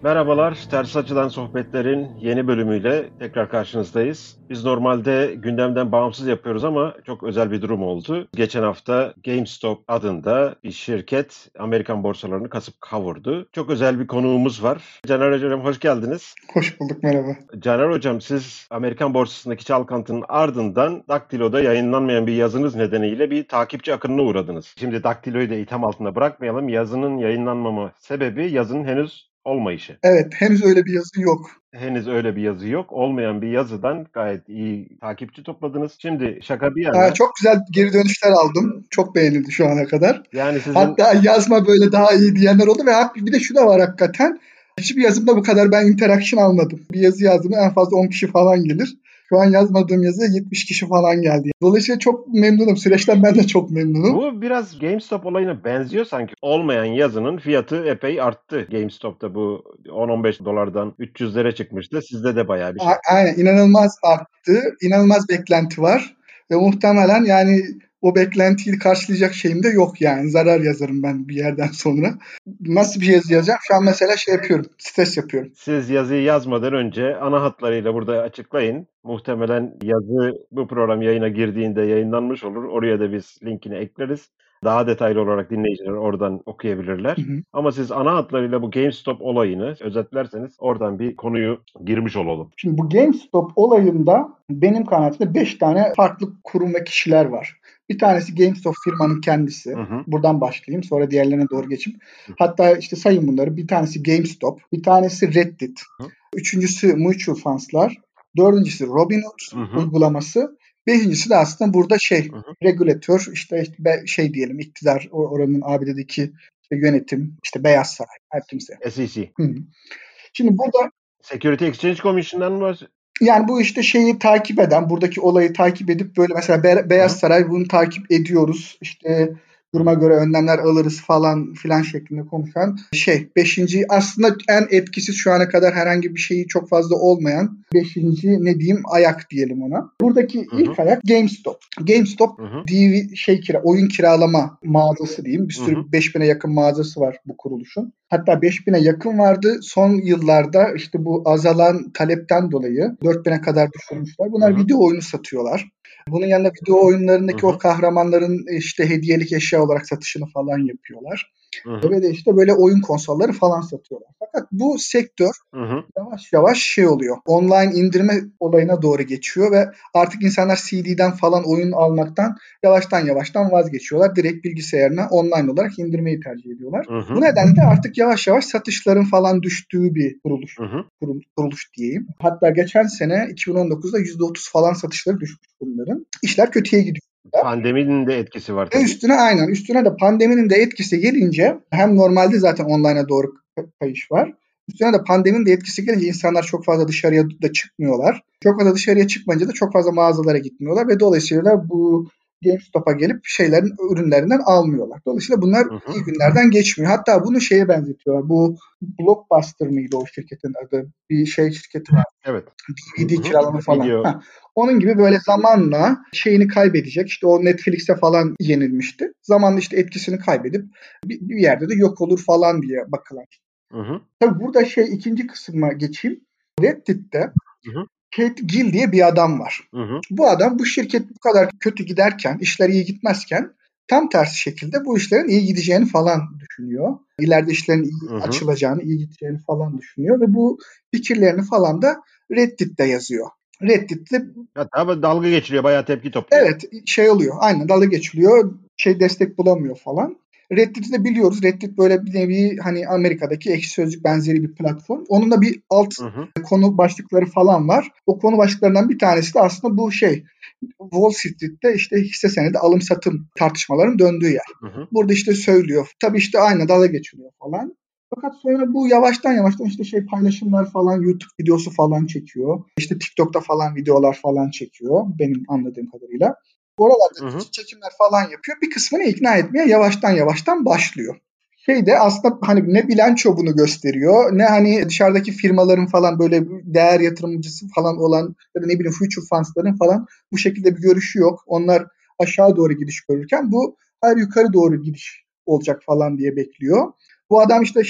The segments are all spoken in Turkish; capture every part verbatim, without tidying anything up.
Merhabalar, Ters Açıdan Sohbetler'in yeni bölümüyle tekrar karşınızdayız. Biz normalde gündemden bağımsız yapıyoruz ama çok özel bir durum oldu. Geçen hafta GameStop adında bir şirket Amerikan borsalarını kasıp kavurdu. Çok özel bir konuğumuz var. Caner Hocam hoş geldiniz. Hoş bulduk, merhaba. Caner Hocam, siz Amerikan borsasındaki çalkantının ardından Daktilo'da yayınlanmayan bir yazınız nedeniyle bir takipçi akınına uğradınız. Şimdi Daktilo'yu da itham altında bırakmayalım. Yazının yayınlanmama sebebi yazının henüz olmayışı. Evet, henüz öyle bir yazı yok. Henüz öyle bir yazı yok. Olmayan bir yazıdan gayet iyi takipçi topladınız. Şimdi şaka bir Ha, yana, çok güzel geri dönüşler aldım. Çok beğenildi şu ana kadar. yani sizin Hatta yazma böyle daha iyi diyenler oldu ve bir de şu da var hakikaten. Hiçbir yazımda bu kadar ben interaction almadım. Bir yazı yazdım en fazla on kişi falan gelir. Şu an yazmadığım yazıya yetmiş kişi falan geldi. Dolayısıyla çok memnunum. Süreçten ben de çok memnunum. bu biraz GameStop olayına benziyor sanki. Olmayan yazının fiyatı epey arttı. GameStop'ta bu on on beş dolardan üç yüzlere çıkmıştı. Sizde de bayağı bir şey. A- Aynen inanılmaz arttı. İnanılmaz beklenti var. Ve muhtemelen yani o beklentiyi karşılayacak şeyim de yok yani. Zarar yazarım ben bir yerden sonra. Nasıl bir yazı yazacağım? Şu an mesela şey yapıyorum. Stres yapıyorum. Siz yazıyı yazmadan önce ana hatlarıyla burada açıklayın. Muhtemelen yazı bu program yayına girdiğinde yayınlanmış olur. Oraya da biz linkini ekleriz. Daha detaylı olarak dinleyiciler oradan okuyabilirler. Hı hı. Ama siz ana hatlarıyla bu GameStop olayını özetlerseniz oradan bir konuyu girmiş olalım. Şimdi bu GameStop olayında benim kanaatimde beş tane farklı kurum ve kişiler var. Bir tanesi GameStop firmanın kendisi. Hı hı. Buradan başlayayım sonra diğerlerine doğru geçeyim. Hı. Hatta işte sayın bunları. Bir tanesi GameStop, bir tanesi Reddit, Hı. üçüncüsü Mutual Funds'lar, dördüncüsü Robinhood Hı hı. uygulaması, beşincisi de aslında burada şey Hı hı. regülatör işte, işte be- şey diyelim iktidar o- oranın A B D'deki işte yönetim işte Beyaz Saray her kimse. S E C. Hı hı. Şimdi burada Security Exchange Commission'dan mı? yani bu işte şeyi takip eden, buradaki olayı takip edip böyle mesela Be- Hı Beyaz hı. Saray bunu takip ediyoruz. İşte duruma göre önlemler alırız falan filan şeklinde konuşan şey beşinci aslında en etkisiz şu ana kadar herhangi bir şeyi çok fazla olmayan beşinci ne diyeyim ayak diyelim ona. Buradaki Hı ilk hı. ayak GameStop. GameStop Hı hı. D V şey kira oyun kiralama mağazası diyeyim. Bir Hı sürü hı. beş bine yakın mağazası var bu kuruluşun. Hatta beş bine yakın vardı. Son yıllarda işte bu azalan talepten dolayı dört bine kadar düşürmüşler. Bunlar Hı hı. video oyunu satıyorlar. Bunun yanında video oyunlarındaki Hı o hı. kahramanların işte hediyelik eşya olarak satışını falan yapıyorlar. Hı hı. Ve de işte böyle oyun konsolları falan satıyorlar. Fakat bu sektör Hı hı. yavaş yavaş şey oluyor. Online indirme olayına doğru geçiyor ve artık insanlar C D'den falan oyun almaktan yavaştan yavaştan vazgeçiyorlar. Direkt bilgisayarına online olarak indirmeyi tercih ediyorlar. Hı hı. Bu nedenle artık yavaş yavaş satışların falan düştüğü bir kuruluş. Hı hı. Kurum, kuruluş diyeyim. Hatta geçen sene iki bin on dokuzda yüzde otuz falan satışları düşmüş bunların. İşler kötüye gidiyor. Pandeminin de etkisi var Ve tabii. üstüne aynen üstüne de pandeminin de etkisi gelince hem normalde zaten online'a doğru kayış var. Üstüne de pandeminin de etkisi gelince insanlar çok fazla dışarıya da çıkmıyorlar. Çok fazla dışarıya çıkmayınca da çok fazla mağazalara gitmiyorlar ve dolayısıyla bu GameStop'a gelip şeylerin ürünlerinden almıyorlar. Dolayısıyla bunlar Hı hı. iyi günlerden geçmiyor. Hatta bunu şeye benzetiyorlar. Bu Blockbuster mıydı o şirketin adı? Bir şey şirketi var. Evet. D V D Hı hı. kiralama falan. Video. Heh. Onun gibi böyle zamanla şeyini kaybedecek. İşte o Netflix'e falan yenilmişti. Zamanla işte etkisini kaybedip bir, bir yerde de yok olur falan diye bakılan. Hı hı. Tabii burada şey ikinci kısma geçeyim. Reddit'te Hı hı. Kate Gill diye bir adam var. Hı hı. Bu adam bu şirket bu kadar kötü giderken, işler iyi gitmezken tam tersi şekilde bu işlerin iyi gideceğini falan düşünüyor. İleride işlerin iyi Hı hı. açılacağını, iyi gideceğini falan düşünüyor ve bu fikirlerini falan da Reddit'te yazıyor. Reddit'te Hatta böyle dalga geçiliyor, bayağı tepki topluyor. evet şey oluyor. Aynen dalga geçiliyor. Şey destek bulamıyor falan. Reddit'i de biliyoruz. Reddit böyle bir nevi hani Amerika'daki Ekşi Sözlük benzeri bir platform. Onun da bir alt Hı hı. konu başlıkları falan var. O konu başlıklarından bir tanesi de aslında bu şey Wall Street'te işte hisse senedi alım satım tartışmaların döndüğü yer. Hı hı. Burada işte söylüyor. Tabii işte aynı dalga geçiliyor falan. Fakat sonra bu yavaştan yavaştan işte şey paylaşımlar falan YouTube videosu falan çekiyor. İşte TikTok'ta falan videolar falan çekiyor benim anladığım kadarıyla. Oralarda Hı hı. küçük çekimler falan yapıyor. Bir kısmını ikna etmeye yavaştan yavaştan başlıyor. Şey de aslında hani ne bilanço bunu gösteriyor ne hani dışarıdaki firmaların falan böyle değer yatırımcısı falan olan ya da ne bileyim future funds'ların falan bu şekilde bir görüşü yok. Onlar aşağı doğru gidiş görürken bu her yukarı doğru gidiş olacak falan diye bekliyor. Bu adam işte şey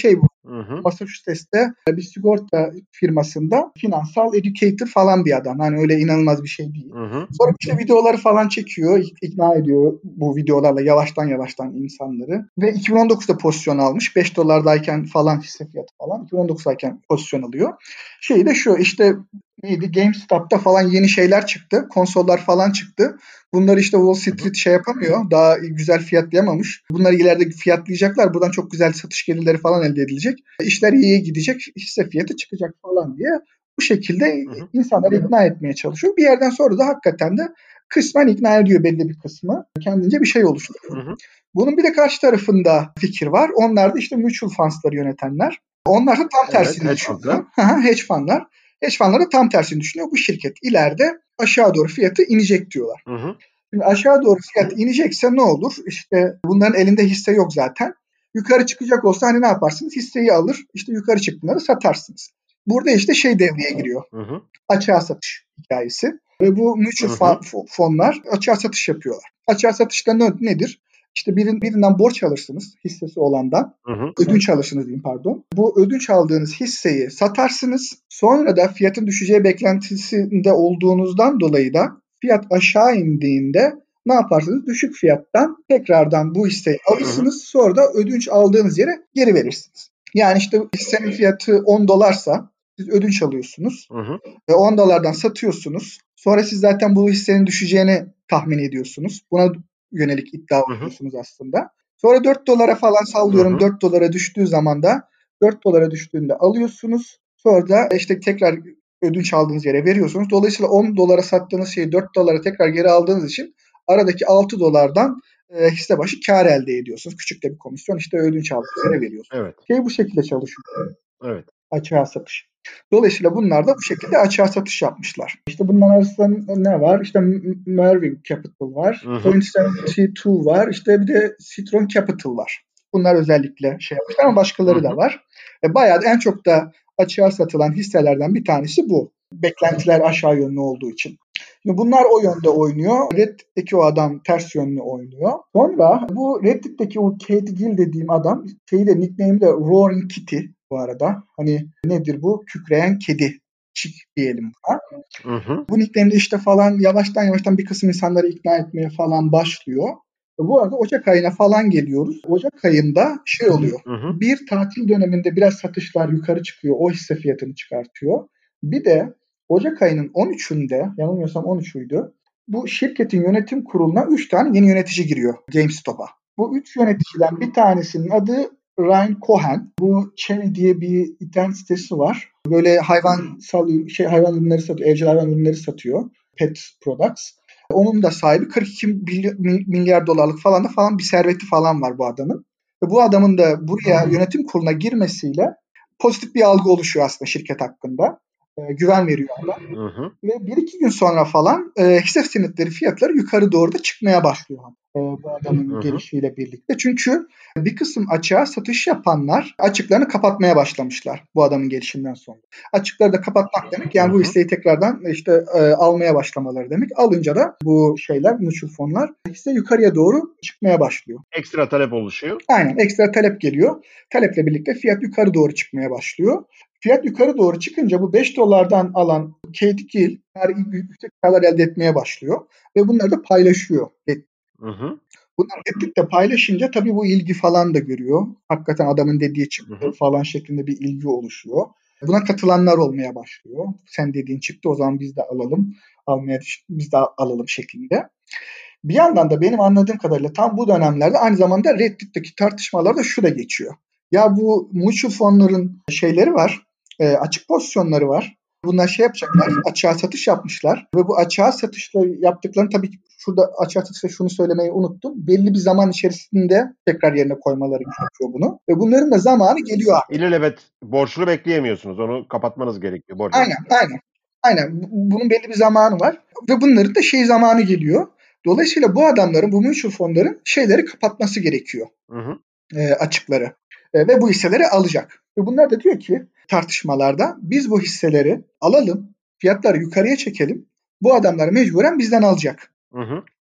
Hı hı. Massachusetts'te bir sigorta firmasında finansal educator falan bir adam. Hani öyle inanılmaz bir şey değil. Hı hı. Sonra işte videoları falan çekiyor, ikna ediyor bu videolarla yavaştan yavaştan insanları. Ve iki bin on dokuzda pozisyon almış. beş dolardayken falan hisse fiyatı falan. iki bin on dokuzdayken pozisyon alıyor. Şey de şu işte neydi? GameStop'ta falan yeni şeyler çıktı. Konsollar falan çıktı. Bunları işte Wall Street şey yapamıyor. Daha güzel fiyatlayamamış. Bunları ileride fiyatlayacaklar. Buradan çok güzel satış gelirleri falan elde edilecek. İşler iyiye gidecek. Hisse fiyatı çıkacak falan diye. Bu şekilde Hı hı. insanları ikna etmeye çalışıyor. Bir yerden sonra da hakikaten de kısmen ikna ediyor belli bir kısmı. Kendince bir şey oluşturuyor. Hı hı. Bunun bir de karşı tarafında fikir var. Onlar da işte mutual funds'ları yönetenler. Onlar da tam Evet, tersini hedge fundlar. düşünüyor. Hedge fundlar. Hedge fundlar da tam tersini düşünüyor. Bu şirket ileride aşağı doğru fiyatı inecek diyorlar. Hı hı. Şimdi aşağı doğru fiyat inecekse ne olur? İşte bunların elinde hisse yok zaten. Yukarı çıkacak olsa hani ne yaparsınız? Hisseyi alır, işte yukarı çıktığında da satarsınız. Burada işte şey devreye giriyor. Hı hı. Açığa satış hikayesi. Ve bu mutual Hı hı. fa- fonlar açığa satış yapıyorlar. Açığa satışta ne, nedir? İşte birin, birinden borç alırsınız hissesi olandan. Hı hı. Ödünç alırsınız diyeyim pardon. Bu ödünç aldığınız hisseyi satarsınız. Sonra da fiyatın düşeceği beklentisinde olduğunuzdan dolayı da fiyat aşağı indiğinde ne yaparsınız? Düşük fiyattan tekrardan bu hisseyi alırsınız. Sonra da ödünç aldığınız yere geri verirsiniz. Yani işte hissenin fiyatı on dolarsa siz ödünç alıyorsunuz. Hı hı. Ve on dolardan satıyorsunuz. Sonra siz zaten bu hissenin düşeceğini tahmin ediyorsunuz. Buna yönelik iddia Hı hı. oynuyorsunuz aslında. Sonra dört dolara falan sallıyorum. Hı hı. dört dolara düştüğü zaman da dört dolara düştüğünde alıyorsunuz. Sonra da işte tekrar ödünç aldığınız yere veriyorsunuz. Dolayısıyla on dolara sattığınız şeyi dört dolara tekrar geri aldığınız için aradaki altı dolardan e, hisse başı kar elde ediyorsunuz. Küçük de bir komisyon işte ödünç aldığınız yere veriyorsunuz. Evet. Şey bu şekilde çalışıyor. Evet. Açığa satış. Dolayısıyla bunlar da bu şekilde açığa satış yapmışlar. İşte bunların arasında ne var? İşte Mervin Capital var. Hı hı. Point yetmiş iki var. İşte bir de Citron Capital var. Bunlar özellikle şey yapmışlar ama başkaları Hı da hı. var. E, bayağı en çok da açığa satılan hisselerden bir tanesi bu. Beklentiler aşağı yönlü olduğu için. Şimdi bunlar o yönde oynuyor. Reddit'teki o adam ters yönlü oynuyor. Sonra bu Reddit'teki o Kate Gill dediğim adam şeyi de nickname'i de Roaring Kitty bu arada. Hani nedir bu? Kükreyen kedi. Çik diyelim buna. Hı hı. Bu nickname'de işte falan yavaştan yavaştan bir kısım insanları ikna etmeye falan başlıyor. Bu arada Ocak ayına falan geliyoruz. Ocak ayında şey oluyor. Hı hı. Bir tatil döneminde biraz satışlar yukarı çıkıyor. O hisse fiyatını çıkartıyor. Bir de Ocak ayının on üçünde, yanılmıyorsam on üçüydü. Bu şirketin yönetim kuruluna üç tane yeni yönetici giriyor GameStop'a. Bu üç yöneticiden bir tanesinin adı Ryan Cohen. Bu Cherry diye bir internet sitesi var. Böyle hayvan şey hayvan ürünleri satıyor, evcil hayvan ürünleri satıyor. Pet Products. Onun da sahibi kırk iki milyar dolarlık falan da falan bir serveti falan var bu adamın. Ve bu adamın da buraya yönetim kuruluna girmesiyle pozitif bir algı oluşuyor aslında şirket hakkında. E, güven veriyor adam. Hı hı. Ve bir iki gün sonra falan e, hisse senetleri fiyatları yukarı doğru da çıkmaya başlıyor. E, bu adamın Hı hı. gelişiyle birlikte. Çünkü bir kısım açığa satış yapanlar açıklarını kapatmaya başlamışlar bu adamın gelişinden sonra. Açıkları da kapatmak demek yani Hı bu hı. hisseyi tekrardan işte e, almaya başlamaları demek. Alınca da bu şeyler mutual fonlar hisse yukarıya doğru çıkmaya başlıyor. Ekstra talep oluşuyor. Aynen ekstra talep geliyor. Taleple birlikte fiyat yukarı doğru çıkmaya başlıyor. Fiyat yukarı doğru çıkınca bu beş dolardan alan Kate Gill her yüksek karlar elde etmeye başlıyor. Ve bunları da paylaşıyor. Hı hı. Bunlar Reddit'te paylaşınca tabii bu ilgi falan da görüyor. Hakikaten adamın dediği Hı çıktı hı. falan şeklinde bir ilgi oluşuyor. Buna katılanlar olmaya başlıyor. Sen dediğin çıktı o zaman biz de alalım. Almaya biz de alalım şeklinde. Bir yandan da benim anladığım kadarıyla tam bu dönemlerde aynı zamanda Reddit'teki tartışmalarda şu da geçiyor. Ya bu mutual fonların şeyleri var, e, açık pozisyonları var. Bunlar şey yapacaklar, açığa satış yapmışlar. Ve bu açığa satışla yaptıklarını tabii ki şurada açığa satışla şunu söylemeyi unuttum. Belli bir zaman içerisinde tekrar yerine koymaları gerekiyor bunu. Ve bunların da zamanı geliyor artık. İlelebet borçlu bekleyemiyorsunuz. Onu kapatmanız gerekiyor borcunu. Aynen, aynen. Aynen. Bunun belli bir zamanı var. Ve bunların da şey zamanı geliyor. Dolayısıyla bu adamların, bu mutual fonların şeyleri kapatması gerekiyor. Hı hı. E, açıkları. E, ve bu hisseleri alacak. Ve bunlar da diyor ki tartışmalarda biz bu hisseleri alalım, fiyatları yukarıya çekelim. Bu adamlar mecburen bizden alacak. Hı hı.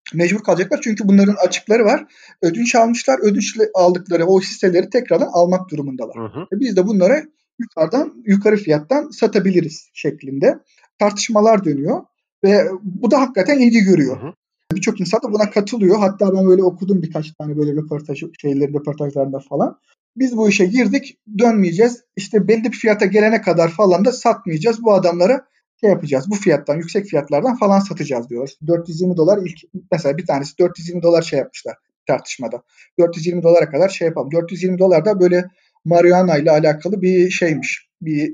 Mecbur kalacaklar çünkü bunların açıkları var. Ödünç almışlar. Ödünç aldıkları o hisseleri tekrardan almak durumundalar. Hı hı. E biz de bunlara yukarıdan yukarı fiyattan satabiliriz şeklinde tartışmalar dönüyor ve bu da hakikaten ilgi görüyor. Hı hı. Birçok insan da buna katılıyor. Hatta ben böyle okudum birkaç tane böyle röportaj şeyleri röportajlarında falan. Biz bu işe girdik, dönmeyeceğiz. İşte belli bir fiyata gelene kadar falan da satmayacağız. Bu adamlara şey yapacağız. Bu fiyattan, yüksek fiyatlardan falan satacağız diyorlar. İşte dört yüz yirmi dolar ilk mesela bir tanesi dört yüz yirmi dolar şey yapmışlar tartışmada. dört yüz yirmi dolara kadar şey yapalım. dört yüz yirmi dolar da böyle marihuana ile alakalı bir şeymiş. Bir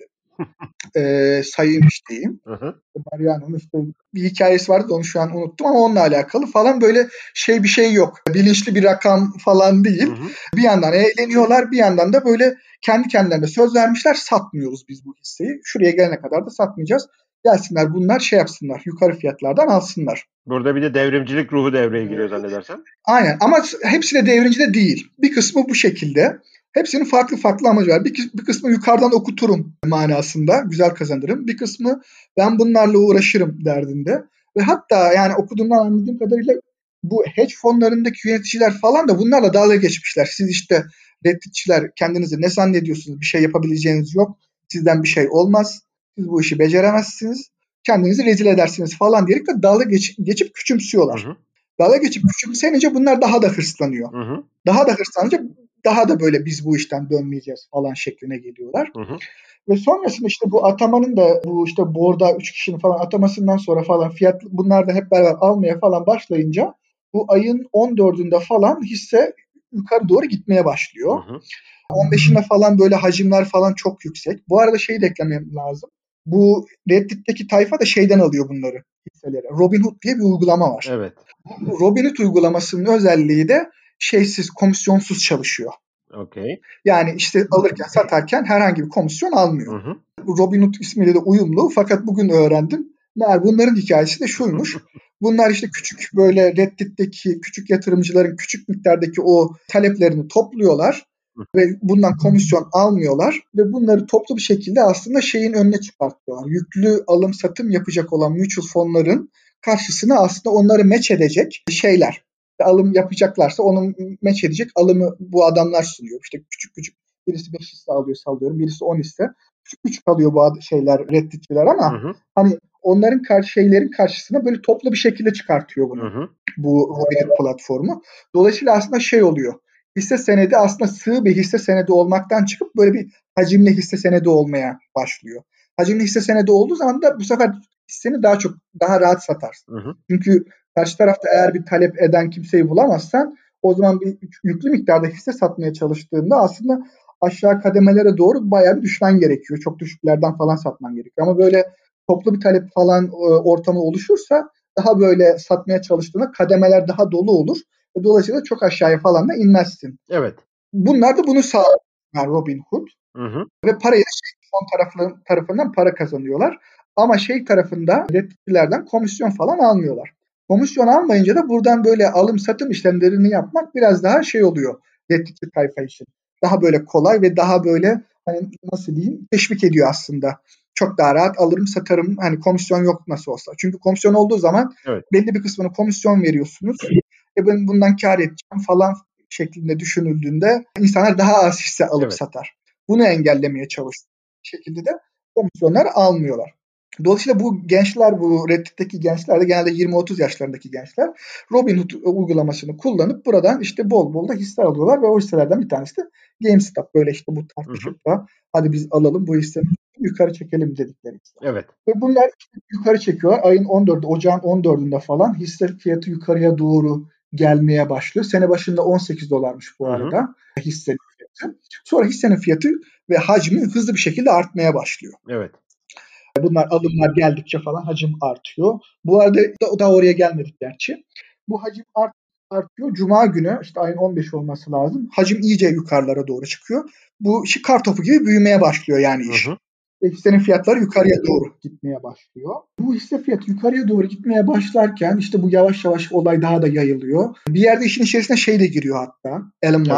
e, sayıymış diyeyim. Hı hı. Mariano'nun işte bir hikayesi vardı da onu şu an unuttum ama onunla alakalı falan böyle şey bir şey yok. Bilinçli bir rakam falan değil. Hı hı. Bir yandan eğleniyorlar bir yandan da böyle kendi kendilerine söz vermişler satmıyoruz biz bu hisseyi. Şuraya gelene kadar da satmayacağız. Gelsinler bunlar şey yapsınlar yukarı fiyatlardan alsınlar. Burada bir de devrimcilik ruhu devreye giriyor zannedersem. Aynen ama hepsi de devrimci de değil. Bir kısmı bu şekilde. Hepsinin farklı farklı amacı var. Bir, bir kısmı yukarıdan okuturum manasında. Güzel kazanırım. Bir kısmı ben bunlarla uğraşırım derdinde. Ve hatta yani okuduğumdan anladığım kadarıyla bu hedge fonlarındaki yöneticiler falan da bunlarla dalga geçmişler. Siz işte redditçiler kendinizi ne zannediyorsunuz? Bir şey yapabileceğiniz yok. Sizden bir şey olmaz. Siz bu işi beceremezsiniz. Kendinizi rezil edersiniz falan diyerek de dalga geç, geçip küçümsüyorlar. Hı hı. Dalga geçip küçümsenince bunlar daha da hırslanıyor. Hı hı. Daha da hırslanınca daha da böyle biz bu işten dönmeyeceğiz falan şekline geliyorlar. Hı hı. Ve sonrasında işte bu atamanın da bu işte board'a üç kişinin falan atamasından sonra falan fiyat bunlar da hep beraber almaya falan başlayınca bu ayın on dördünde falan hisse yukarı doğru gitmeye başlıyor. Hı hı. on beşinde falan böyle hacimler falan çok yüksek. Bu arada şeyi de eklemem lazım. Bu Reddit'teki tayfa da şeyden alıyor bunları hisseleri. Robinhood diye bir uygulama var. Evet. Robinhood uygulamasının özelliği de şeysiz, komisyonsuz çalışıyor. Okey. Yani işte alırken, satarken herhangi bir komisyon Hı almıyor. hı. Robinhood ismiyle de uyumlu fakat bugün öğrendim. Meğer bunların hikayesi de şuymuş. Bunlar işte küçük böyle Reddit'teki küçük yatırımcıların küçük miktardaki o taleplerini topluyorlar ve bundan komisyon almıyorlar ve bunları toplu bir şekilde aslında şeyin önüne çıkartıyorlar. Yüklü alım satım yapacak olan mutual fonların karşısına aslında onları match edecek şeyler. Alım yapacaklarsa onu match edecek alımı bu adamlar sunuyor. İşte küçük küçük birisi beş hisse alıyor sallıyorum. Birisi on hisse. Küçük küçük alıyor bu şeyler redditçiler Hı ama hı. hani onların karşı şeylerin karşısına böyle toplu bir şekilde çıkartıyor bunu. Hı hı. Bu Robinhood platformu. Dolayısıyla aslında şey oluyor. Hisse senedi aslında sığ bir hisse senedi olmaktan çıkıp böyle bir hacimli hisse senedi olmaya başlıyor. Hacimli hisse senedi olduğu zaman da bu sefer hisseni daha çok daha rahat satarsın. Hı hı. Çünkü karşı tarafta eğer bir talep eden kimseyi bulamazsan o zaman bir yüklü miktarda hisse satmaya çalıştığında aslında aşağı kademelere doğru bayağı bir düşmen gerekiyor. Çok düşüklerden falan satman gerekiyor. Ama böyle toplu bir talep falan ortamı oluşursa daha böyle satmaya çalıştığında kademeler daha dolu olur. Ve dolayısıyla çok aşağıya falan da inmezsin. Evet. Bunlar da bunu sağlıyor. Yani Robinhood. Hı hı. Ve parayı da şey, fon tarafı, tarafından para kazanıyorlar. Ama şey tarafında redditçilerden komisyon falan almıyorlar. Komisyon almayınca da buradan böyle alım satım işlemlerini yapmak biraz daha şey oluyor redditçi tayfa için. Daha böyle kolay ve daha böyle hani nasıl diyeyim teşvik ediyor aslında. Çok daha rahat alırım satarım hani komisyon yok nasıl olsa. Çünkü komisyon olduğu zaman Evet. belli bir kısmını komisyon veriyorsunuz. E ben bundan kar edeceğim falan şeklinde düşünüldüğünde insanlar daha az hisse alıp Evet. satar. Bunu engellemeye çalışıyor. Bir şekilde de komisyonlar almıyorlar. Dolayısıyla bu gençler, bu Reddit'teki gençler de genelde yirmi otuz yaşlarındaki gençler Robinhood uygulamasını kullanıp buradan işte bol bol da hisse alıyorlar ve o hisselerden bir tanesi de GameStop. Böyle işte bu Hı hı. tartışıp da hadi biz alalım bu hisseyi yukarı çekelim dedikleri hisse. Evet. Ve bunlar işte yukarı çekiyorlar. Ayın on dördü, ocağın on dördünde falan hisse fiyatı yukarıya doğru gelmeye başlıyor. Sene başında on sekiz dolarmış bu Hı hı. arada hissenin fiyatı. Sonra hissenin fiyatı ve hacmi hızlı bir şekilde artmaya başlıyor. Evet. Bunlar alımlar geldikçe falan hacim artıyor. Bu arada da, da oraya gelmedik gerçi. Bu hacim art, artıyor. Cuma günü işte ayın on beşi olması lazım. Hacim iyice yukarılara doğru çıkıyor. Bu işi kar topu gibi büyümeye başlıyor yani Hı iş. hı. Ve hissenin fiyatları yukarıya doğru gitmeye başlıyor. Bu hisse fiyatı yukarıya doğru gitmeye başlarken işte bu yavaş yavaş olay daha da yayılıyor. Bir yerde işin içerisine şey de giriyor hatta. Elon Evet. Musk.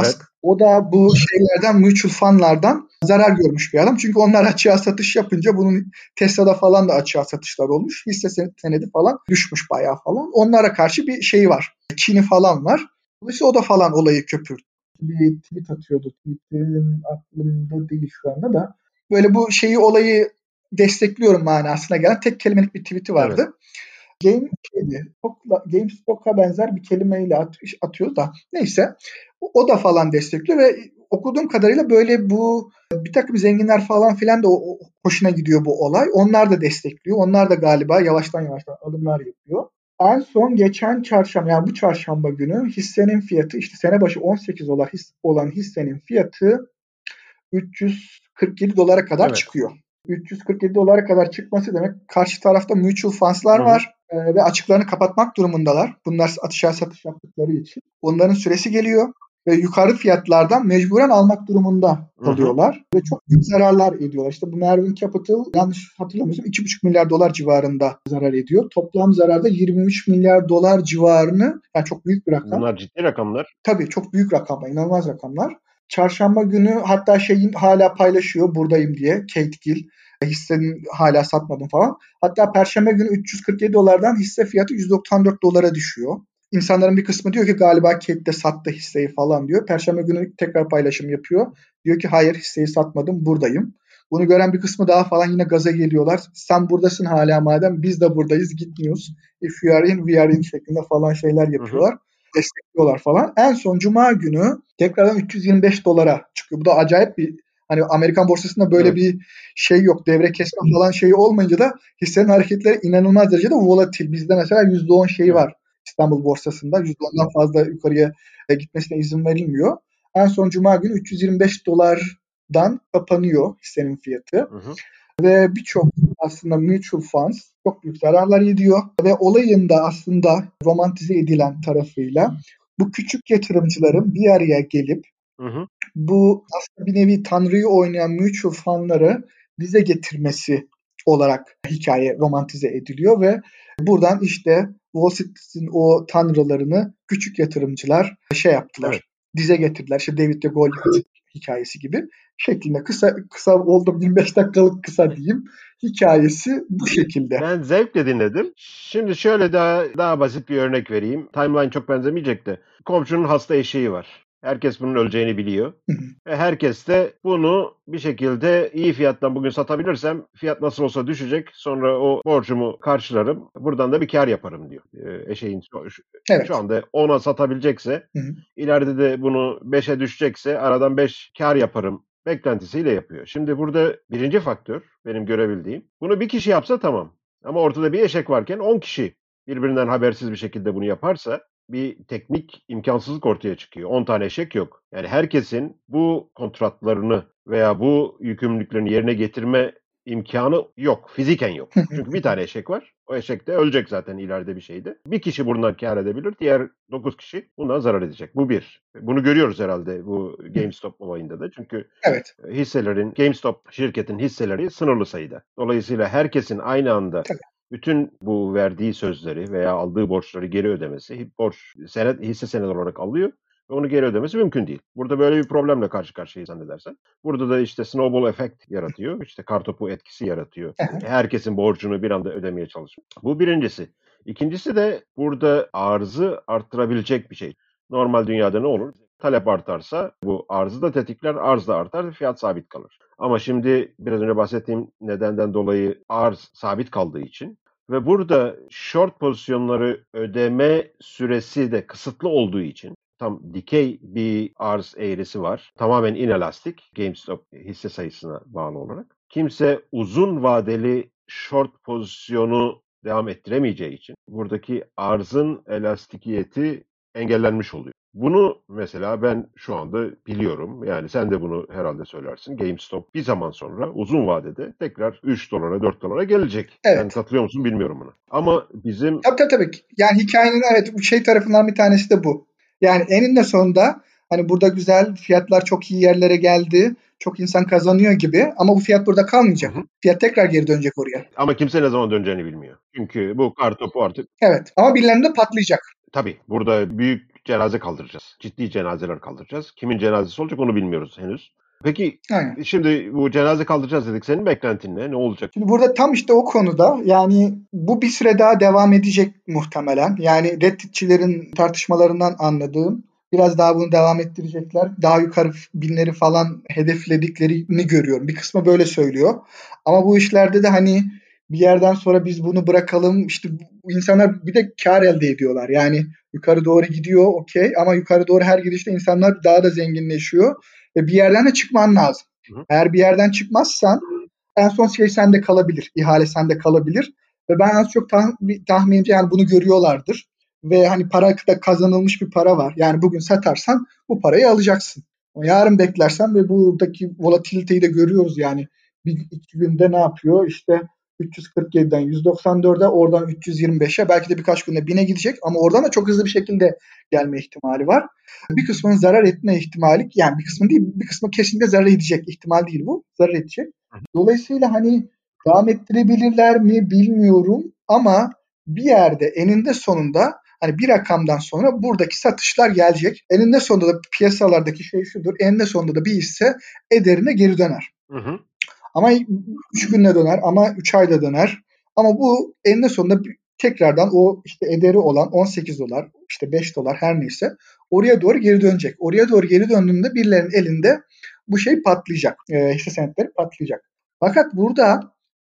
O da bu şeylerden, mutual fundlardan zarar görmüş bir adam. Çünkü onlar açığa satış yapınca bunun Tesla'da falan da açığa satışlar olmuş. Hisse senedi falan düşmüş bayağı falan. Onlara karşı bir şey var. Kini falan var. Dolayısıyla o da falan olayı köpürdü. Bir tweet atıyordu. Tweet'in aklımda değil şu anda da. Böyle bu şeyi olayı destekliyorum manasına gelen tek kelimelik bir tweet'i vardı. Evet. Game şeydi, GameStop'a benzer bir kelimeyle at, atıyor da neyse o da falan destekliyor ve okuduğum kadarıyla böyle bu bir takım zenginler falan filan da o, o, hoşuna gidiyor bu olay. Onlar da destekliyor. Onlar da galiba yavaştan yavaştan alımlar yapıyor. En son geçen çarşamba yani bu çarşamba günü hissenin fiyatı işte sene başı on sekiz dolar his, olan hissenin fiyatı üç yüz kırk yedi dolara kadar evet. çıkıyor. üç yüz kırk yedi dolara kadar çıkması demek karşı tarafta mutual funds'lar Hı-hı. var e, ve açıklarını kapatmak durumundalar. Bunlar aşağı satış yaptıkları için. Onların süresi geliyor ve yukarı fiyatlardan mecburen almak durumunda kalıyorlar. Hı-hı. Ve çok büyük zararlar ediyorlar. İşte bu Mervin Capital yanlış hatırlamıyorsam iki buçuk milyar dolar civarında zarar ediyor. Toplam zararda yirmi üç milyar dolar civarını yani çok büyük bir rakam. Bunlar ciddi rakamlar. Tabii çok büyük rakamlar, inanılmaz rakamlar. Çarşamba günü hatta şeyin hala paylaşıyor buradayım diye Kate Gill hissenin hala satmadım falan. Hatta Perşembe günü üç yüz kırk yedi dolardan hisse fiyatı yüz doksan dört dolara düşüyor. İnsanların bir kısmı diyor ki galiba Kate de sattı hisseyi falan diyor. Perşembe günü tekrar paylaşım yapıyor. Diyor ki hayır hisseyi satmadım buradayım. Bunu gören bir kısmı daha falan yine gaza geliyorlar. Sen buradasın hala madem biz de buradayız gitmiyoruz. If you are in we are in şeklinde falan şeyler yapıyorlar. Hı hı. Destekliyorlar falan. En son Cuma günü tekrardan üç yüz yirmi beş dolara çıkıyor. Bu da acayip bir hani Amerikan borsasında böyle evet. bir şey yok. Devre kesme falan şeyi olmayınca da hissenin hareketleri inanılmaz derecede volatil. Bizde mesela yüzde on şeyi evet. var İstanbul borsasında. yüzde ondan fazla yukarıya gitmesine izin verilmiyor. En son Cuma günü üç yüz yirmi beş dolardan kapanıyor hissenin fiyatı. Hı hı. Ve birçok aslında mutual funds çok büyük zararlar ediyor. Ve olayın da aslında romantize edilen tarafıyla bu küçük yatırımcıların bir araya gelip hı hı. bu aslında bir nevi Tanrı'yı oynayan mutual fundları dize getirmesi olarak hikaye romantize ediliyor ve buradan işte Wall Street'in o tanrılarını küçük yatırımcılar şey yaptılar. Evet. Dize getirdiler. İşte David de Goliath hikayesi gibi şeklinde kısa kısa oldu yirmi beş dakikalık kısa diyeyim. Hikayesi bu şekilde. Ben zevkle dinledim. Şimdi şöyle daha daha basit bir örnek vereyim. Timeline çok benzemeyecek de. Komşunun hasta eşeği var. Herkes bunun öleceğini biliyor. Ve herkes de bunu bir şekilde iyi fiyattan bugün satabilirsem fiyat nasıl olsa düşecek. Sonra o borcumu karşılarım. Buradan da bir kar yaparım diyor. Ee, eşeğin şu, evet. şu anda ona satabilecekse hı hı. ileride de bunu beşe düşecekse aradan beş kar yaparım beklentisiyle yapıyor. Şimdi burada birinci faktör benim görebildiğim. Bunu bir kişi yapsa tamam. Ama ortada bir eşek varken on kişi birbirinden habersiz bir şekilde bunu yaparsa bir teknik imkansızlık ortaya çıkıyor. on tane eşek yok. Yani herkesin bu kontratlarını veya bu yükümlülüklerini yerine getirme imkanı yok. Fiziken yok. Çünkü bir tane eşek var. O eşek de ölecek zaten ileride bir şeyde. Bir kişi bundan kar edebilir. Diğer dokuz kişi bundan zarar edecek. Bu bir. Bunu görüyoruz herhalde bu GameStop olayında da. Çünkü evet. hisselerin, GameStop şirketin hisseleri sınırlı sayıda. Dolayısıyla herkesin aynı anda Tabii. bütün bu verdiği sözleri veya aldığı borçları geri ödemesi, borç senet, hisse senedi olarak alıyor ve onu geri ödemesi mümkün değil. Burada böyle bir problemle karşı karşıyayız zannedersen. Burada da işte snowball efekt yaratıyor. İşte kartopu etkisi yaratıyor. Herkesin borcunu bir anda ödemeye çalışıyor. Bu birincisi. İkincisi de burada arzı arttırabilecek bir şey. Normal dünyada ne olur? Talep artarsa bu arzı da tetikler, arz da artar ve fiyat sabit kalır. Ama şimdi biraz önce bahsettiğim nedenden dolayı arz sabit kaldığı için ve burada short pozisyonları ödeme süresi de kısıtlı olduğu için tam dikey bir arz eğrisi var. Tamamen inelastik GameStop hisse sayısına bağlı olarak. Kimse uzun vadeli short pozisyonu devam ettiremeyeceği için buradaki arzın elastikiyeti engellenmiş oluyor. Bunu mesela ben şu anda biliyorum. Yani sen de bunu herhalde söylersin. GameStop bir zaman sonra uzun vadede tekrar üç dolara dört dolara gelecek. Evet. Sen katılıyor musun bilmiyorum buna. Ama bizim... Tabii tabii tabii. Yani hikayenin evet bu şey tarafından bir tanesi de bu. Yani eninde sonunda hani burada güzel fiyatlar çok iyi yerlere geldi. Çok insan kazanıyor gibi ama bu fiyat burada kalmayacak. Hı hı. Fiyat tekrar geri dönecek oraya. Ama kimse ne zaman döneceğini bilmiyor. Çünkü bu kartopu artık... Evet ama birilerinde patlayacak. Tabii burada büyük cenaze kaldıracağız. Ciddi cenazeler kaldıracağız. Kimin cenazesi olacak onu bilmiyoruz henüz. Peki Aynen. şimdi bu cenaze kaldıracağız dedik. Senin beklentin ne? Ne olacak? Şimdi burada tam işte o konuda yani bu bir süre daha devam edecek muhtemelen. Yani Redditçilerin tartışmalarından anladığım biraz daha bunu devam ettirecekler. Daha yukarı binleri falan hedeflediklerini görüyorum. Bir kısmı böyle söylüyor. Ama bu işlerde de hani bir yerden sonra biz bunu bırakalım. İşte bu insanlar bir de kar elde ediyorlar. Yani yukarı doğru gidiyor okey ama yukarı doğru her gidişte insanlar daha da zenginleşiyor. Ve bir yerden de çıkman lazım. Hı hı. Eğer bir yerden çıkmazsan en son şey sende kalabilir. İhale sende kalabilir. Ve ben az çok tah- tahminimce yani bunu görüyorlardır. Ve hani para da kazanılmış bir para var. Yani bugün satarsan bu parayı alacaksın. Ama yarın beklersen ve buradaki volatiliteyi de görüyoruz yani. Bir iki günde ne yapıyor? İşte üç yüz kırk yediden yüz doksan dörde oradan üç yüz yirmi beşe belki de birkaç günde bine gidecek ama oradan da çok hızlı bir şekilde gelme ihtimali var. Bir kısmının zarar etme ihtimali yani bir kısmı değil bir kısmı kesinlikle zarar edecek ihtimal değil bu. Zarar edecek. Dolayısıyla hani devam ettirebilirler mi bilmiyorum ama bir yerde eninde sonunda hani bir rakamdan sonra buradaki satışlar gelecek. Eninde sonunda da piyasalardaki şey şudur. Eninde sonunda da bir hisse ederine geri döner. Hı hı. Ama üç günde döner ama üç ayda döner. Ama bu eninde sonunda tekrardan o işte ederi olan on sekiz dolar işte beş dolar her neyse oraya doğru geri dönecek. Oraya doğru geri döndüğünde birilerinin elinde bu şey patlayacak. E, hisse senetleri patlayacak. Fakat burada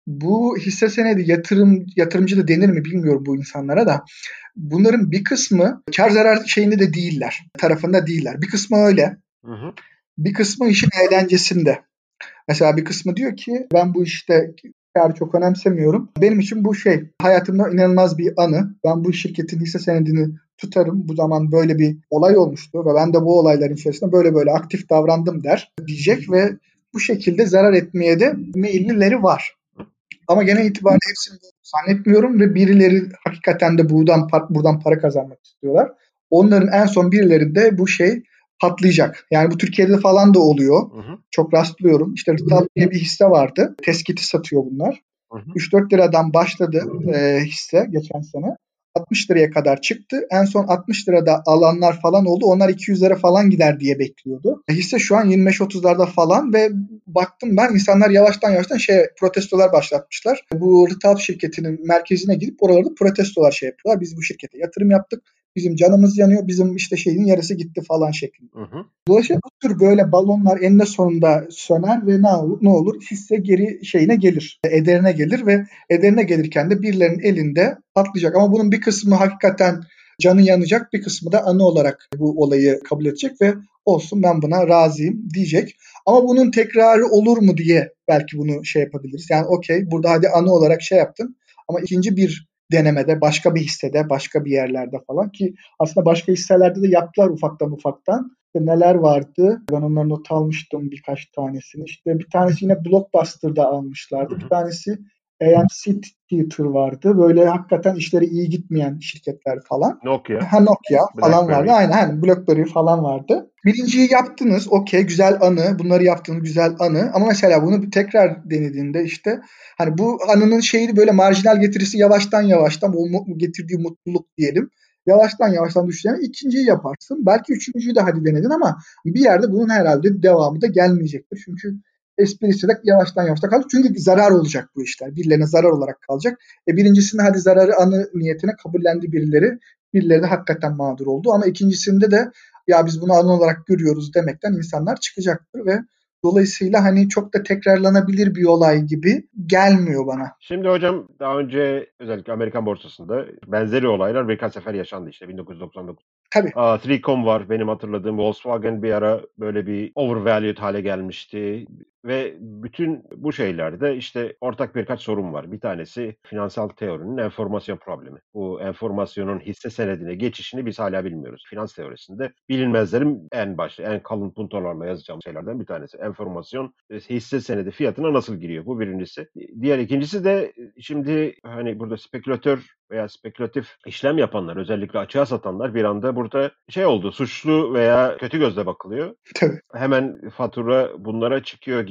bu hisse senedi yatırım yatırımcı da denir mi bilmiyorum bu insanlara da. Bunların bir kısmı kar zarar şeyinde de değiller. Tarafında değiller. Bir kısmı öyle. Hı hı. Bir kısmı işin eğlencesinde. Mesela bir kısmı diyor ki ben bu işte karı çok önemsemiyorum. Benim için bu şey hayatımda inanılmaz bir anı. Ben bu şirketin hisse senedini tutarım. Bu zaman böyle bir olay olmuştu ve ben de bu olayların içerisinde böyle böyle aktif davrandım der diyecek ve bu şekilde zarar etmeye de meyillileri var. Ama genel itibariyle hepsini zannetmiyorum ve birileri hakikaten de buradan, buradan para kazanmak istiyorlar. Onların en son birilerinde bu şey patlayacak. Yani bu Türkiye'de falan da oluyor. Hı hı. Çok rastlıyorum. İşte Rıtal diye bir hisse vardı. Teskiti satıyor bunlar. Hı hı. üç dört liradan başladı e, hisse geçen sene. altmış liraya kadar çıktı. En son altmış lirada alanlar falan oldu. Onlar iki yüz lira falan gider diye bekliyordu. E, hisse şu an yirmi beş otuzlarda falan ve baktım ben insanlar yavaştan yavaştan şey protestolar başlatmışlar. Bu Rıtal şirketinin merkezine gidip oralarda protestolar şey yapıyorlar. Biz bu şirkete yatırım yaptık. Bizim canımız yanıyor. Bizim işte şeyin yarısı gitti falan şeklinde. Hı hı. Dolayısıyla bu tür böyle balonlar eninde sonunda söner ve ne olur, ne olur? Hisse geri şeyine gelir. Ederine gelir ve ederine gelirken de birilerinin elinde patlayacak. Ama bunun bir kısmı hakikaten canı yanacak, bir kısmı da anı olarak bu olayı kabul edecek ve olsun ben buna razıyım diyecek. Ama bunun tekrarı olur mu diye belki bunu şey yapabiliriz. Yani okey burada hadi anı olarak şey yaptın ama ikinci bir denemede başka bir hissede başka bir yerlerde falan ki aslında başka hisselerde de yaptılar ufaktan ufaktan. İşte neler vardı? Ben onları not almıştım birkaç tanesini. İşte bir tanesi yine Blockbuster'da almışlardı. Bir tanesi A M C Theater vardı. Böyle hakikaten işleri iyi gitmeyen şirketler falan. Nokia, Ha Nokia falan vardı. BlackBerry. Aynen, aynen BlackBerry falan vardı. Birinciyi yaptınız. Okey güzel anı. Bunları yaptığınız güzel anı. Ama mesela bunu bir tekrar denediğinde işte hani bu anının şeyi böyle marjinal getirisi yavaştan yavaştan o getirdiği mutluluk diyelim. Yavaştan yavaştan düşeceğine ikinciyi yaparsın. Belki üçüncüyü de hadi denedin ama bir yerde bunun herhalde devamı da gelmeyecektir. Çünkü esprisi de yavaştan yavaştan kalacak. Çünkü zarar olacak bu işler. Birilerine zarar olarak kalacak. E birincisinde hadi zararı anı niyetine kabullendi birileri. Birileri de hakikaten mağdur oldu. Ama ikincisinde de ya biz bunu anı olarak görüyoruz demekten insanlar çıkacaktır ve dolayısıyla hani çok da tekrarlanabilir bir olay gibi gelmiyor bana. Şimdi hocam daha önce özellikle Amerikan borsasında benzeri olaylar birkaç sefer yaşandı işte bin dokuz yüz doksan dokuz. Tabii. Aa, üç nokta com var benim hatırladığım. Volkswagen bir ara böyle bir overvalued hale gelmişti. Ve bütün bu şeylerde işte ortak birkaç sorun var. Bir tanesi finansal teorinin enformasyon problemi. Bu enformasyonun hisse senedine geçişini biz hala bilmiyoruz. Finans teorisinde bilinmezlerin en başta, en kalın puntolarla yazacağım şeylerden bir tanesi. Enformasyon hisse senedi fiyatına nasıl giriyor? Bu birincisi. Diğer ikincisi de şimdi hani burada spekülatör veya spekülatif işlem yapanlar, özellikle açığa satanlar bir anda burada şey oldu, suçlu veya kötü gözle bakılıyor. Tabii. Hemen fatura bunlara çıkıyor gibi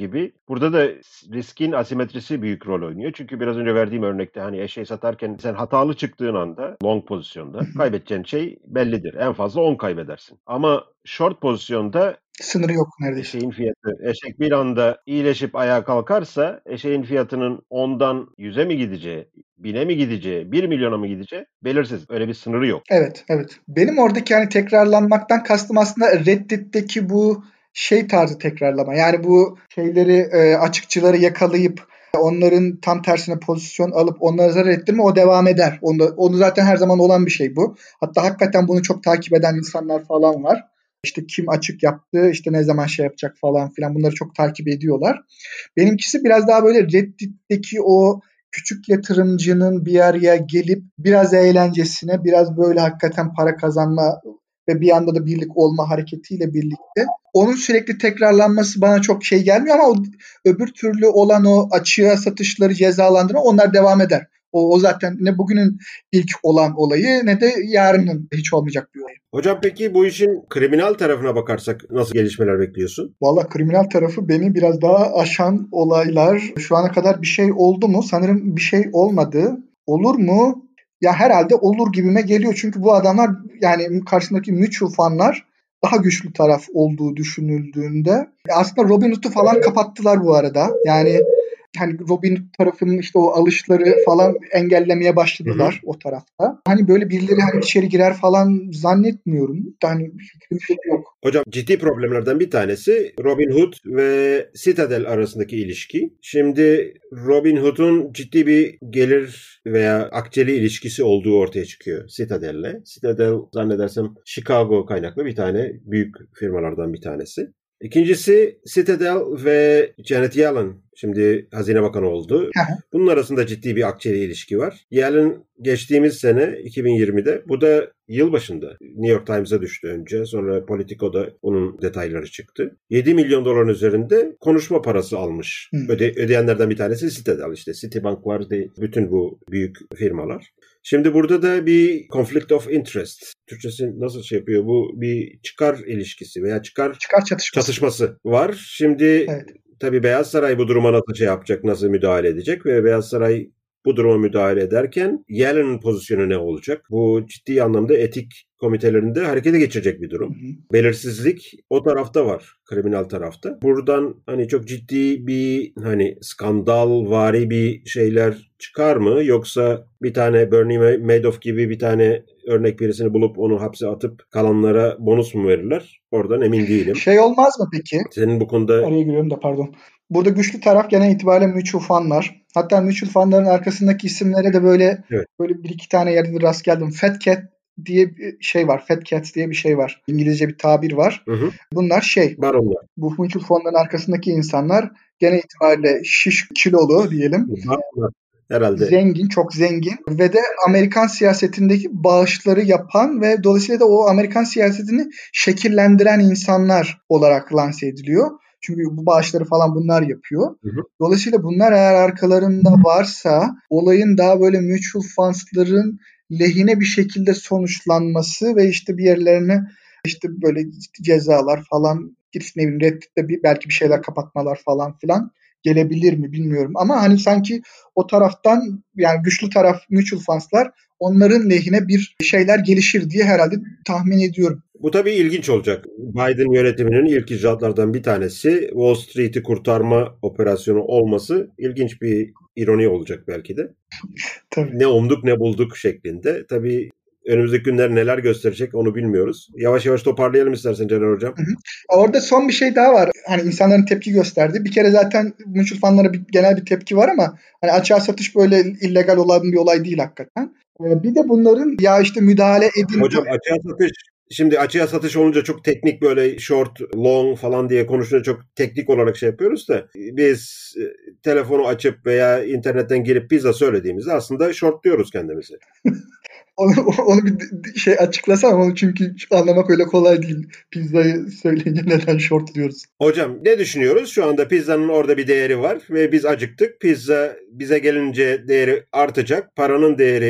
gibi burada da riskin asimetrisi büyük rol oynuyor. Çünkü biraz önce verdiğim örnekte hani eşeği satarken sen hatalı çıktığın anda long pozisyonda kaybedeceğin şey bellidir. En fazla on kaybedersin. Ama short pozisyonda Sınırı yok neredeyse. eşeğin fiyatı, eşek bir anda iyileşip ayağa kalkarsa eşeğin fiyatının ondan yüze mi gideceği, bine mi gideceği, bir milyona mı gideceği belirsiz. Öyle bir sınırı yok. Evet, evet. Benim oradaki hani tekrarlanmaktan kastım aslında Reddit'teki bu şey tarzı tekrarlama. Yani bu şeyleri e, açıkçıları yakalayıp onların tam tersine pozisyon alıp onları zarar ettirme o devam eder. Onu, onu zaten her zaman olan bir şey bu. Hatta hakikaten bunu çok takip eden insanlar falan var. İşte kim açık yaptı, işte ne zaman şey yapacak falan filan bunları çok takip ediyorlar. Benimkisi biraz daha böyle Reddit'teki o küçük yatırımcının bir araya gelip biraz eğlencesine, biraz böyle hakikaten para kazanma ve bir anda da birlik olma hareketiyle birlikte onun sürekli tekrarlanması bana çok şey gelmiyor ama o, öbür türlü olan o açığa satışları cezalandırma onlar devam eder. O, o zaten ne bugünün ilk olan olayı ne de yarının hiç olmayacak bir olay. Hocam peki bu işin kriminal tarafına bakarsak nasıl gelişmeler bekliyorsun? Valla kriminal tarafı beni biraz daha aşan olaylar. Şu ana kadar bir şey oldu mu? Sanırım bir şey olmadı. Olur mu? Ya herhalde olur gibime geliyor. Çünkü bu adamlar yani karşısındaki mutual fundlar daha güçlü taraf olduğu düşünüldüğünde. Aslında Robinhood'u falan kapattılar bu arada. Yani hani Robinhood tarafının işte o alışları falan engellemeye başladılar hı hı. O tarafta. Hani böyle birileri hani içeri girer falan zannetmiyorum. Hani fikrim yok. Hocam ciddi problemlerden bir tanesi Robinhood ve Citadel arasındaki ilişki. Şimdi Robinhood'un ciddi bir gelir veya akçeli ilişkisi olduğu ortaya çıkıyor Citadel'le. Citadel zannedersem Chicago kaynaklı bir tane büyük firmalardan bir tanesi. İkincisi Citadel ve Janet Yellen şimdi Hazine Bakanı oldu. Bunun arasında ciddi bir akçeli ilişki var. Yellen geçtiğimiz sene iki bin yirmide bu da yılbaşında New York Times'a düştü önce. Sonra Politico'da onun detayları çıktı. yedi milyon doların üzerinde konuşma parası almış. Öde, ödeyenlerden bir tanesi Citadel işte. Citibank var de bütün bu büyük firmalar. Şimdi burada da bir conflict of interest. Türkçesi nasıl şey yapıyor? Bu bir çıkar ilişkisi veya çıkar, çıkar çatışması. çatışması var. Şimdi evet. Tabii Beyaz Saray bu duruma nasıl şey yapacak, nasıl müdahale edecek ve Beyaz Saray bu duruma müdahale ederken Yellen'in pozisyonu ne olacak? Bu ciddi anlamda etik komitelerinde harekete geçirecek bir durum. Hı hı. Belirsizlik o tarafta var, kriminal tarafta. Buradan hani çok ciddi bir hani skandalvari bir şeyler çıkar mı? Yoksa bir tane Bernie Madoff gibi bir tane örnek birisini bulup onu hapse atıp kalanlara bonus mu verirler? Oradan emin değilim. Şey olmaz mı peki? Senin bu konuda... Araya giriyorum da pardon. Burada güçlü taraf genel itibariyle mutual fundlar. Hatta mutual fundların arkasındaki isimlere de böyle evet. böyle bir iki tane yerde rast geldim. Fat Cat diye bir şey var. Fat Cats diye bir şey var. İngilizce bir tabir var. Hı hı. Bunlar şey. Baronlar. Bu mutual fundların arkasındaki insanlar genel itibariyle şiş kilolu diyelim. Baronlar. Herhalde. Zengin, çok zengin ve de Amerikan siyasetindeki bağışları yapan ve dolayısıyla da o Amerikan siyasetini şekillendiren insanlar olarak lanse ediliyor. Çünkü bu bağışları falan bunlar yapıyor. Hı hı. Dolayısıyla bunlar eğer arkalarında varsa olayın daha böyle mutual funds'ların lehine bir şekilde sonuçlanması ve işte bir yerlerine işte böyle cezalar falan, ne bileyim Reddit'te bir, belki bir şeyler kapatmalar falan filan gelebilir mi bilmiyorum. Ama hani sanki o taraftan yani güçlü taraf mutual funds'lar onların lehine bir şeyler gelişir diye herhalde tahmin ediyorum. Bu tabii ilginç olacak. Biden yönetiminin ilk icraatlardan bir tanesi Wall Street'i kurtarma operasyonu olması ilginç bir ironi olacak belki de. Tabii. Ne umduk ne bulduk şeklinde. Tabii önümüzdeki günler neler gösterecek onu bilmiyoruz. Yavaş yavaş toparlayalım istersen Caner Hocam. Hı hı. Orada son bir şey daha var. Hani insanların tepki gösterdi. Bir kere zaten mutual fundlara bir, genel bir tepki var ama hani açığa satış böyle illegal olan bir olay değil hakikaten. Bir de bunların ya işte müdahale edin. Hocam açığa satış Şimdi açığa satış olunca çok teknik böyle short, long falan diye konuşunca çok teknik olarak şey yapıyoruz da biz telefonu açıp veya internetten girip pizza söylediğimizde aslında short diyoruz kendimizi. onu, onu bir şey açıklasam onu çünkü anlamak öyle kolay değil. Pizzayı söyleyince neden short diyoruz? Hocam ne düşünüyoruz? Şu anda pizzanın orada bir değeri var ve biz acıktık. Pizza bize gelince değeri artacak. Paranın değeri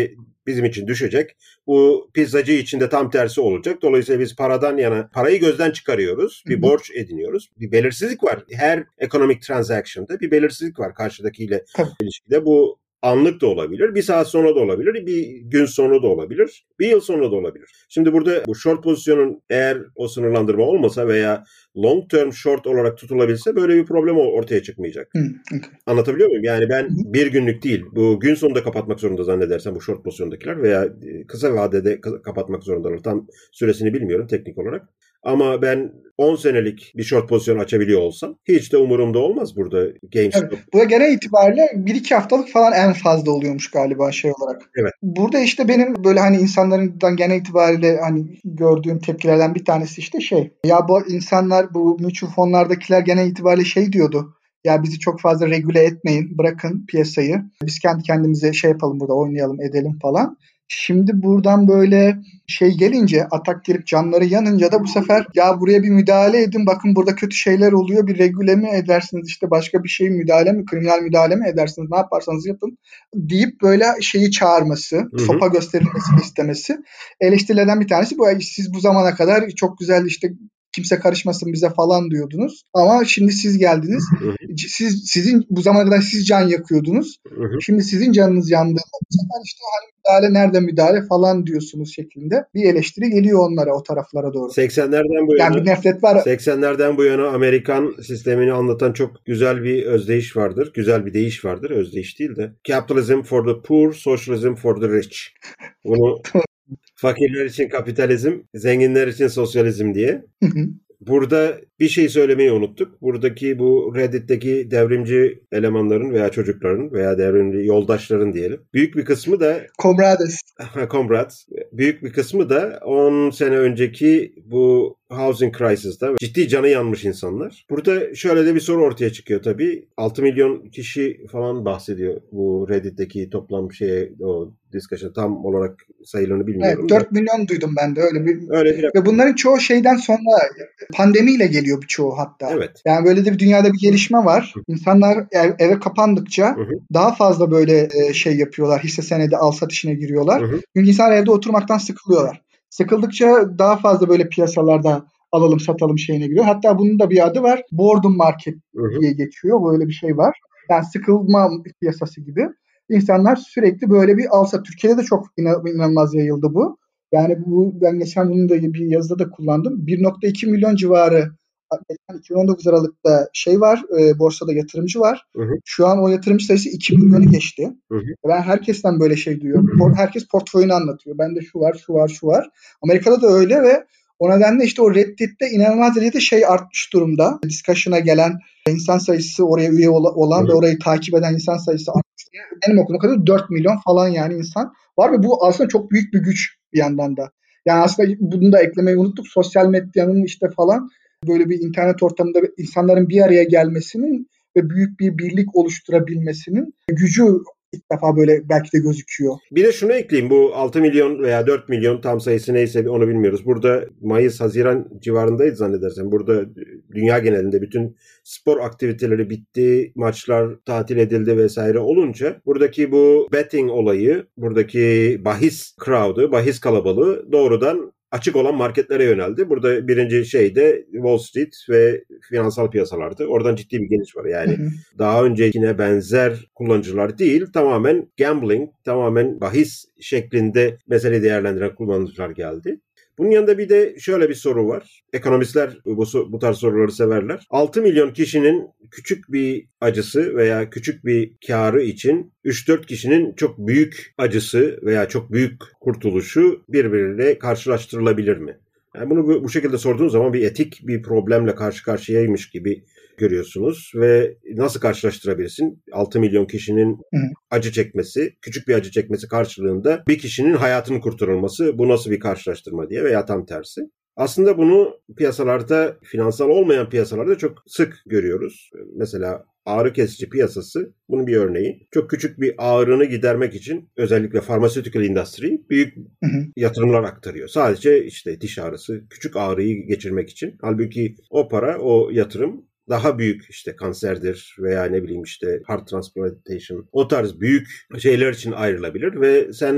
bizim için düşecek. Bu pizzacı için de tam tersi olacak. Dolayısıyla biz paradan yana parayı gözden çıkarıyoruz. Bir borç ediniyoruz. Bir belirsizlik var. Her economic transaction'da bir belirsizlik var karşıdakiyle ilişkide. Bu anlık da olabilir, bir saat sonra da olabilir, bir gün sonra da olabilir, bir yıl sonra da olabilir. Şimdi burada bu short pozisyonun eğer o sınırlandırma olmasa veya long term short olarak tutulabilse böyle bir problem ortaya çıkmayacak. Hmm, okay. Anlatabiliyor muyum? Yani ben bir günlük değil, bu gün sonunda kapatmak zorunda zannedersem bu short pozisyondakiler veya kısa vadede kapatmak zorundalar. Tam süresini bilmiyorum teknik olarak. Ama ben on senelik bir short pozisyon açabiliyor olsam hiç de umurumda olmaz burada GameStop. Evet. Bu genel itibariyle bir iki haftalık falan en fazla oluyormuş galiba şey olarak. Evet. Burada işte benim böyle hani insanlardan genel itibariyle hani gördüğüm tepkilerden bir tanesi işte şey. Ya bu insanlar, bu mutual fonlardakiler genel itibariyle şey diyordu. Ya bizi çok fazla regüle etmeyin. Bırakın piyasayı. Biz kendi kendimize şey yapalım, burada oynayalım edelim falan. Şimdi buradan böyle şey gelince, atak gelip canları yanınca da bu sefer ya buraya bir müdahale edin, bakın burada kötü şeyler oluyor, bir regüle mi edersiniz, işte başka bir şey müdahale mi, kriminal müdahale mi edersiniz, ne yaparsanız yapın deyip böyle şeyi çağırması, hı hı. sopa gösterilmesini istemesi eleştirilerden bir tanesi bu. Siz bu zamana kadar çok güzel işte kimse karışmasın bize falan diyordunuz. Ama şimdi siz geldiniz. Hı hı. Siz sizin bu zamana kadar siz can yakıyordunuz. Hı hı. Şimdi sizin canınız yandı. İşte hani müdahale nerede müdahale falan diyorsunuz şeklinde bir eleştiri geliyor onlara, o taraflara doğru. seksenlerden bu yana yani bir nefret var. seksenlerden bu yana Amerikan sistemini anlatan çok güzel bir özdeyiş vardır. Güzel bir deyiş vardır. Özdeyiş değil de. Capitalism for the poor, socialism for the rich. Bunu fakirler için kapitalizm, zenginler için sosyalizm diye. Hı hı. Burada bir şey söylemeyi unuttuk. Buradaki bu Reddit'teki devrimci elemanların veya çocukların veya devrimci yoldaşların diyelim. Büyük bir kısmı da Comrades. Comrades. Büyük bir kısmı da on sene önceki bu housing crisis'ta ciddi canı yanmış insanlar. Burada şöyle de bir soru ortaya çıkıyor tabii. altı milyon kişi falan bahsediyor bu Reddit'teki toplam şeye, o discussion, tam olarak sayılarını bilmiyorum. Evet, dört milyon duydum ben de öyle bir. Öyle bir. Ve bunların çoğu şeyden sonra pandemiyle geliyor birçoğu hatta. Evet. Yani böyle de bir dünyada bir gelişme var. İnsanlar ev, eve kapandıkça hı hı. daha fazla böyle şey yapıyorlar. Hisse senedi al satışına giriyorlar. Hı hı. Çünkü insanlar evde oturmaktan sıkılıyorlar. Sıkıldıkça daha fazla böyle piyasalarda alalım satalım şeyine giriyor. Hatta bunun da bir adı var. Boredom market hı hı. diye geçiyor. Böyle bir şey var. Yani sıkılma piyasası gibi. İnsanlar sürekli böyle bir alsa. Türkiye'de de çok inanılmaz yayıldı bu. Yani bu, ben geçen bunu da bir yazıda da kullandım. bir nokta iki milyon civarı iki bin on dokuz Aralık'ta şey var, e, borsada yatırımcı var. Hı hı. Şu an o yatırımcı sayısı iki milyonu geçti. Hı hı. Ben herkesten böyle şey duyuyorum. Hı hı. Herkes portföyünü anlatıyor. Bende şu var, şu var, şu var. Amerika'da da öyle ve o nedenle işte o Reddit'te inanılmaz derecede şey artmış durumda. Discussion'a gelen insan sayısı, oraya üye olan hı hı. ve orayı takip eden insan sayısı artmış. Benim okuduğum kadarıyla dört milyon falan yani insan var ve bu aslında çok büyük bir güç bir yandan da. Yani aslında bunu da eklemeyi unuttuk. Sosyal medyanın işte falan böyle bir internet ortamında insanların bir araya gelmesinin ve büyük bir birlik oluşturabilmesinin gücü ilk defa böyle belki de gözüküyor. Bir de şunu ekleyeyim. Bu altı milyon veya dört milyon, tam sayısı neyse onu bilmiyoruz. Burada Mayıs, Haziran civarındayız zannedersem. Burada dünya genelinde bütün spor aktiviteleri bitti, maçlar tatil edildi vesaire olunca buradaki bu betting olayı, buradaki bahis crowd'u, bahis kalabalığı doğrudan açık olan marketlere yöneldi. Burada birinci şey de Wall Street ve finansal piyasalardı. Oradan ciddi bir geliş var. Yani hı hı. daha öncekine benzer kullanıcılar değil, tamamen gambling, tamamen bahis şeklinde mesele değerlendiren kullanıcılar geldi. Bunun yanında bir de şöyle bir soru var. Ekonomistler bu, bu tarz soruları severler. altı milyon kişinin küçük bir acısı veya küçük bir karı için üç dört kişinin çok büyük acısı veya çok büyük kurtuluşu birbiriyle karşılaştırılabilir mi? Yani bunu bu, bu şekilde sorduğunuz zaman bir etik bir problemle karşı karşıyaymış gibi görüyorsunuz ve nasıl karşılaştırabilirsin? altı milyon kişinin acı çekmesi, küçük bir acı çekmesi karşılığında bir kişinin hayatının kurtarılması, bu nasıl bir karşılaştırma diye veya tam tersi. Aslında bunu piyasalarda, finansal olmayan piyasalarda çok sık görüyoruz. Mesela ağrı kesici piyasası bunun bir örneği. Çok küçük bir ağrını gidermek için özellikle pharmaceutical industry büyük hı hı. yatırımlar aktarıyor. Sadece işte diş ağrısı, küçük ağrıyı geçirmek için. Halbuki o para, o yatırım daha büyük işte kanserdir veya ne bileyim işte heart transplantation, o tarz büyük şeyler için ayrılabilir ve sen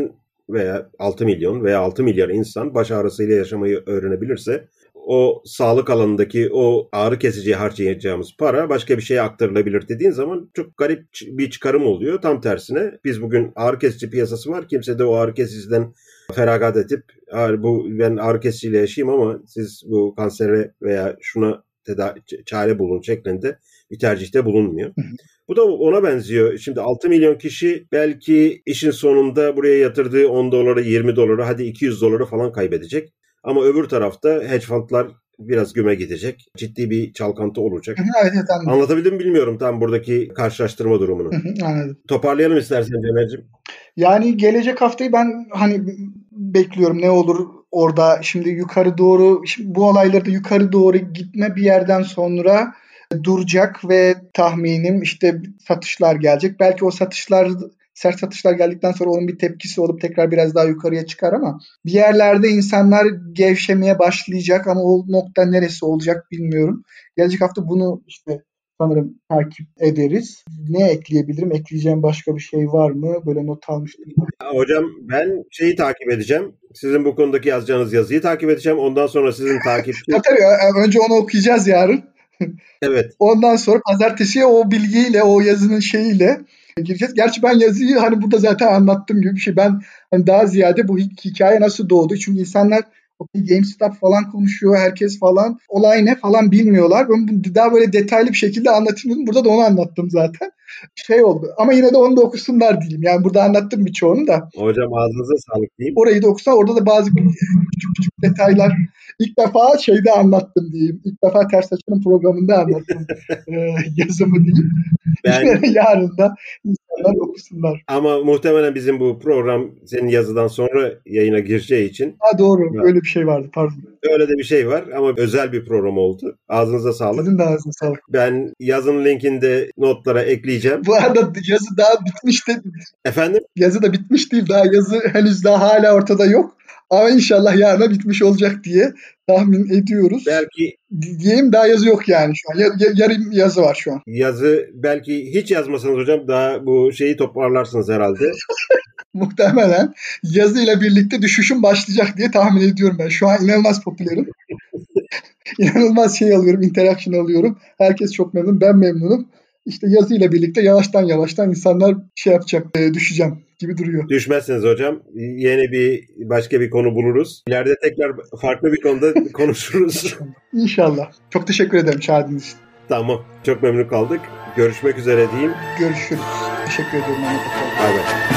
veya altı milyon veya altı milyar insan baş ağrısıyla yaşamayı öğrenebilirse o sağlık alanındaki o ağrı kesiciye harcayacağımız para başka bir şeye aktarılabilir dediğin zaman çok garip bir çıkarım oluyor. Tam tersine biz bugün ağrı kesici piyasası var. Kimse de o ağrı kesiciden feragat edip bu ben ağrı kesiciyle yaşayayım ama siz bu kansere veya şuna tedavi, çare bulun şeklinde bir tercihte bulunmuyor. Bu da ona benziyor. Şimdi altı milyon kişi belki işin sonunda buraya yatırdığı on doları, yirmi doları, hadi iki yüz doları falan kaybedecek. Ama öbür tarafta hedge fundlar biraz güme gidecek. Ciddi bir çalkantı olacak. Evet, evet, anladım. Anlatabildim mi bilmiyorum tam buradaki karşılaştırma durumunu. Anladım. Toparlayalım istersen Caner'cim. Yani gelecek haftayı ben hani bekliyorum ne olur orada şimdi yukarı doğru şimdi bu olaylarda yukarı doğru gitme bir yerden sonra duracak ve tahminim işte satışlar gelecek. Belki o satışlar sert satışlar geldikten sonra onun bir tepkisi olup tekrar biraz daha yukarıya çıkar ama bir yerlerde insanlar gevşemeye başlayacak ama o nokta neresi olacak bilmiyorum. Gelecek hafta bunu işte sanırım takip ederiz. Ne ekleyebilirim? Ekleyeceğim başka bir şey var mı? Böyle not almıştım. Hocam ben şeyi takip edeceğim. Sizin bu konudaki yazacağınız yazıyı takip edeceğim. Ondan sonra sizin takipçi... tabii tabii. Önce onu okuyacağız yarın. Evet. Ondan sonra pazartesiye o bilgiyle, o yazının şeyiyle gireceğiz. Gerçi ben yazıyı hani burada zaten anlattığım gibi bir şey. Ben hani daha ziyade bu hikaye nasıl doğdu? Çünkü insanlar GameStop falan konuşuyor, herkes falan. Olay ne falan bilmiyorlar. Ben daha böyle detaylı bir şekilde anlatayım dedim. Burada da onu anlattım zaten. Şey oldu. Ama yine de onu da okusunlar diyeyim. Yani burada anlattım birçoğunu da. Hocam ağzınıza sağlık diyeyim. Orayı da okusunlar. Orada da bazı küçük küçük detaylar ilk defa şeyde anlattım diyeyim. İlk defa Ters Açı'nın programında anlattım ee, yazımı diyeyim. Ben... Yarın da insanlar okusunlar. Ama muhtemelen bizim bu program senin yazıdan sonra yayına gireceği için. Ha doğru. Ya. Öyle bir şey vardı. Pardon. Öyle de bir şey var ama özel bir program oldu. Ağzınıza sağlık. Sizin de ağzınıza sağlık. Ben yazının linkini de notlara ekleyeceğim. Bu arada yazı daha bitmiş de. Efendim? Yazı da bitmiş değil. Daha yazı henüz daha hala ortada yok. Ama inşallah yarına bitmiş olacak diye tahmin ediyoruz. Belki diyeyim daha yazı yok yani şu an. Yar, yarım yazı var şu an. Yazı belki hiç yazmasanız hocam daha bu şeyi toparlarsınız herhalde. Muhtemelen yazıyla birlikte düşüşüm başlayacak diye tahmin ediyorum ben. Şu an inanılmaz popülerim. İnanılmaz şey alıyorum, interaction alıyorum. Herkes çok memnun, ben memnunum. İşte yazıyla birlikte yavaştan yavaştan insanlar şey yapacak, e, düşeceğim gibi duruyor. Düşmezsiniz hocam. Yeni bir başka bir konu buluruz. İleride tekrar farklı bir konuda konuşuruz. İnşallah. Çok teşekkür ederim çağırdığınız için. Tamam. Çok memnun kaldık. Görüşmek üzere diyeyim. Görüşürüz. Teşekkür ederim. Bay bay.